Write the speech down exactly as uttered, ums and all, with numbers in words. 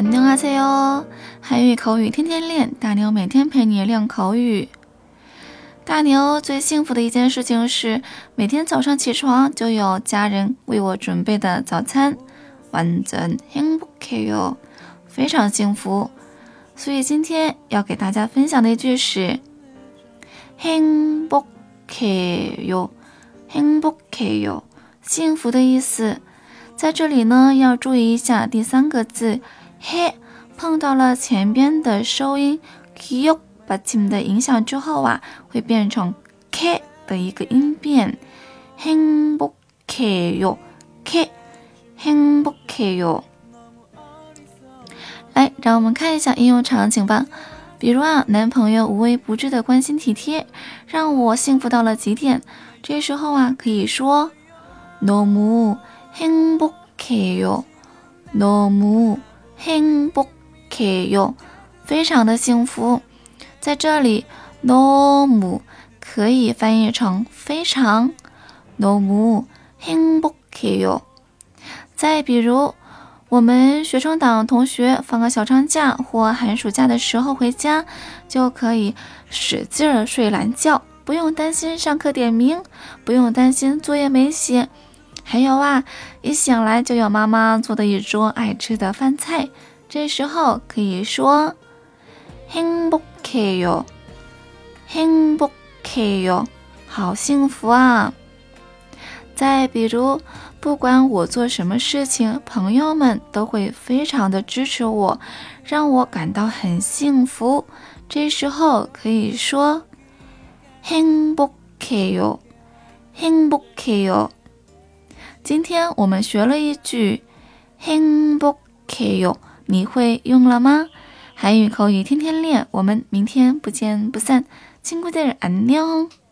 안녕하세요，韩语口语天天练，大牛每天陪你练口语。大牛最幸福的一件事情是，每天早上起床就有家人为我准备的早餐，완전 행복해요，非常幸福。所以今天要给大家分享的一句是행복해요，행복해요，幸福的意思。在这里呢，要注意一下第三个字해碰到了前边的收音기억 받침的影响之后啊，会变成 k 的一个音变， 행복해요， k 행복해요。 来，让我们看一下应用场景吧。比如啊，男朋友无微不至的关心体贴，让我幸福到了极点。这时候啊，可以说너무 행복해요， 너무 행복해요， 非常的幸福。在这里 너무 可以翻译成非常， 너무 행복해요。 再比如我们学生党同学放个小长假或寒暑假的时候回家，就可以使劲睡懒觉，不用担心上课点名，不用担心作业没写，还有啊，一醒来就有妈妈做的一桌爱吃的饭菜。这时候可以说행복해요， 행복해요， 好幸福啊。再比如，不管我做什么事情，朋友们都会非常的支持我，让我感到很幸福。这时候可以说행복해요， 행복해요。今天我们学了一句행복해요，你会用了吗？韩语口语天天练，我们明天不见不散。친구들 안녕。